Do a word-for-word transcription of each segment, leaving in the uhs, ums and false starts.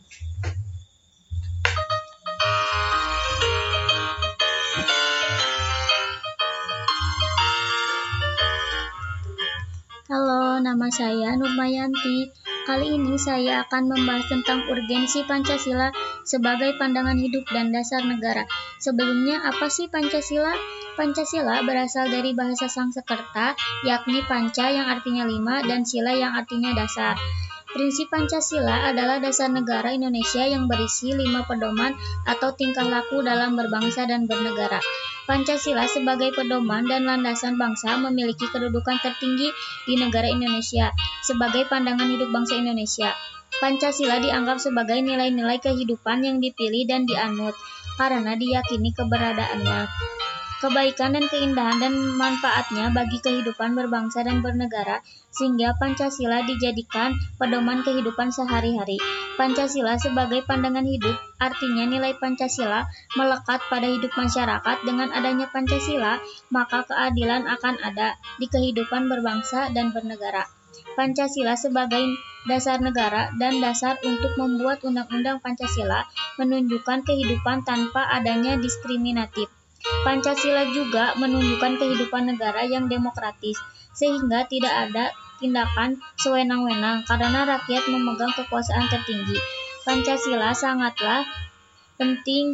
Halo, nama saya Nurmayanti. Kali ini saya akan membahas tentang urgensi Pancasila sebagai pandangan hidup dan dasar negara. Sebelumnya, apa sih Pancasila? Pancasila berasal dari bahasa Sanskerta, yakni panca yang artinya lima dan sila yang artinya dasar. Prinsip Pancasila adalah dasar negara Indonesia yang berisi lima pedoman atau tingkah laku dalam berbangsa dan bernegara. Pancasila sebagai pedoman dan landasan bangsa memiliki kedudukan tertinggi di negara Indonesia sebagai pandangan hidup bangsa Indonesia. Pancasila dianggap sebagai nilai-nilai kehidupan yang dipilih dan dianut karena diyakini keberadaannya, kebaikan dan keindahan dan manfaatnya bagi kehidupan berbangsa dan bernegara, sehingga Pancasila dijadikan pedoman kehidupan sehari-hari. Pancasila sebagai pandangan hidup, artinya nilai Pancasila melekat pada hidup masyarakat. Dengan adanya Pancasila, maka keadilan akan ada di kehidupan berbangsa dan bernegara. Pancasila sebagai dasar negara dan dasar untuk membuat Undang-Undang Pancasila menunjukkan kehidupan tanpa adanya diskriminatif. Pancasila juga menunjukkan kehidupan negara yang demokratis, sehingga tidak ada tindakan sewenang-wenang karena rakyat memegang kekuasaan tertinggi. Pancasila sangatlah penting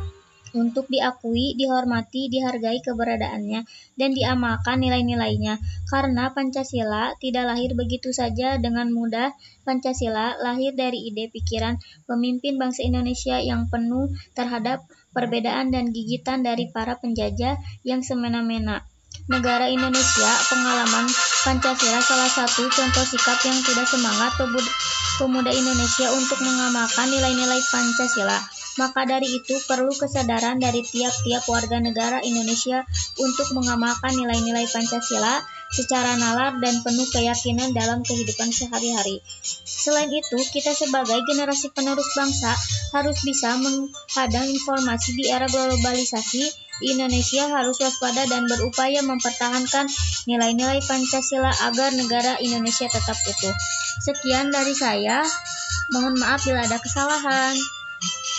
untuk diakui, dihormati, dihargai keberadaannya, dan diamalkan nilai-nilainya. Karena Pancasila tidak lahir begitu saja dengan mudah. Pancasila lahir dari ide pikiran pemimpin bangsa Indonesia yang penuh terhadap perbedaan dan gigitan dari para penjajah yang semena-mena. Negara Indonesia, pengalaman Pancasila salah satu contoh sikap yang tidak semangat pemuda Indonesia untuk mengamalkan nilai-nilai Pancasila. Maka dari itu perlu kesadaran dari tiap-tiap warga negara Indonesia untuk mengamalkan nilai-nilai Pancasila secara nalar dan penuh keyakinan dalam kehidupan sehari-hari. Selain itu, kita sebagai generasi penerus bangsa harus bisa menghadang informasi di era globalisasi. Di Indonesia harus waspada dan berupaya mempertahankan nilai-nilai Pancasila agar negara Indonesia tetap utuh. Sekian dari saya. Mohon maaf bila ada kesalahan.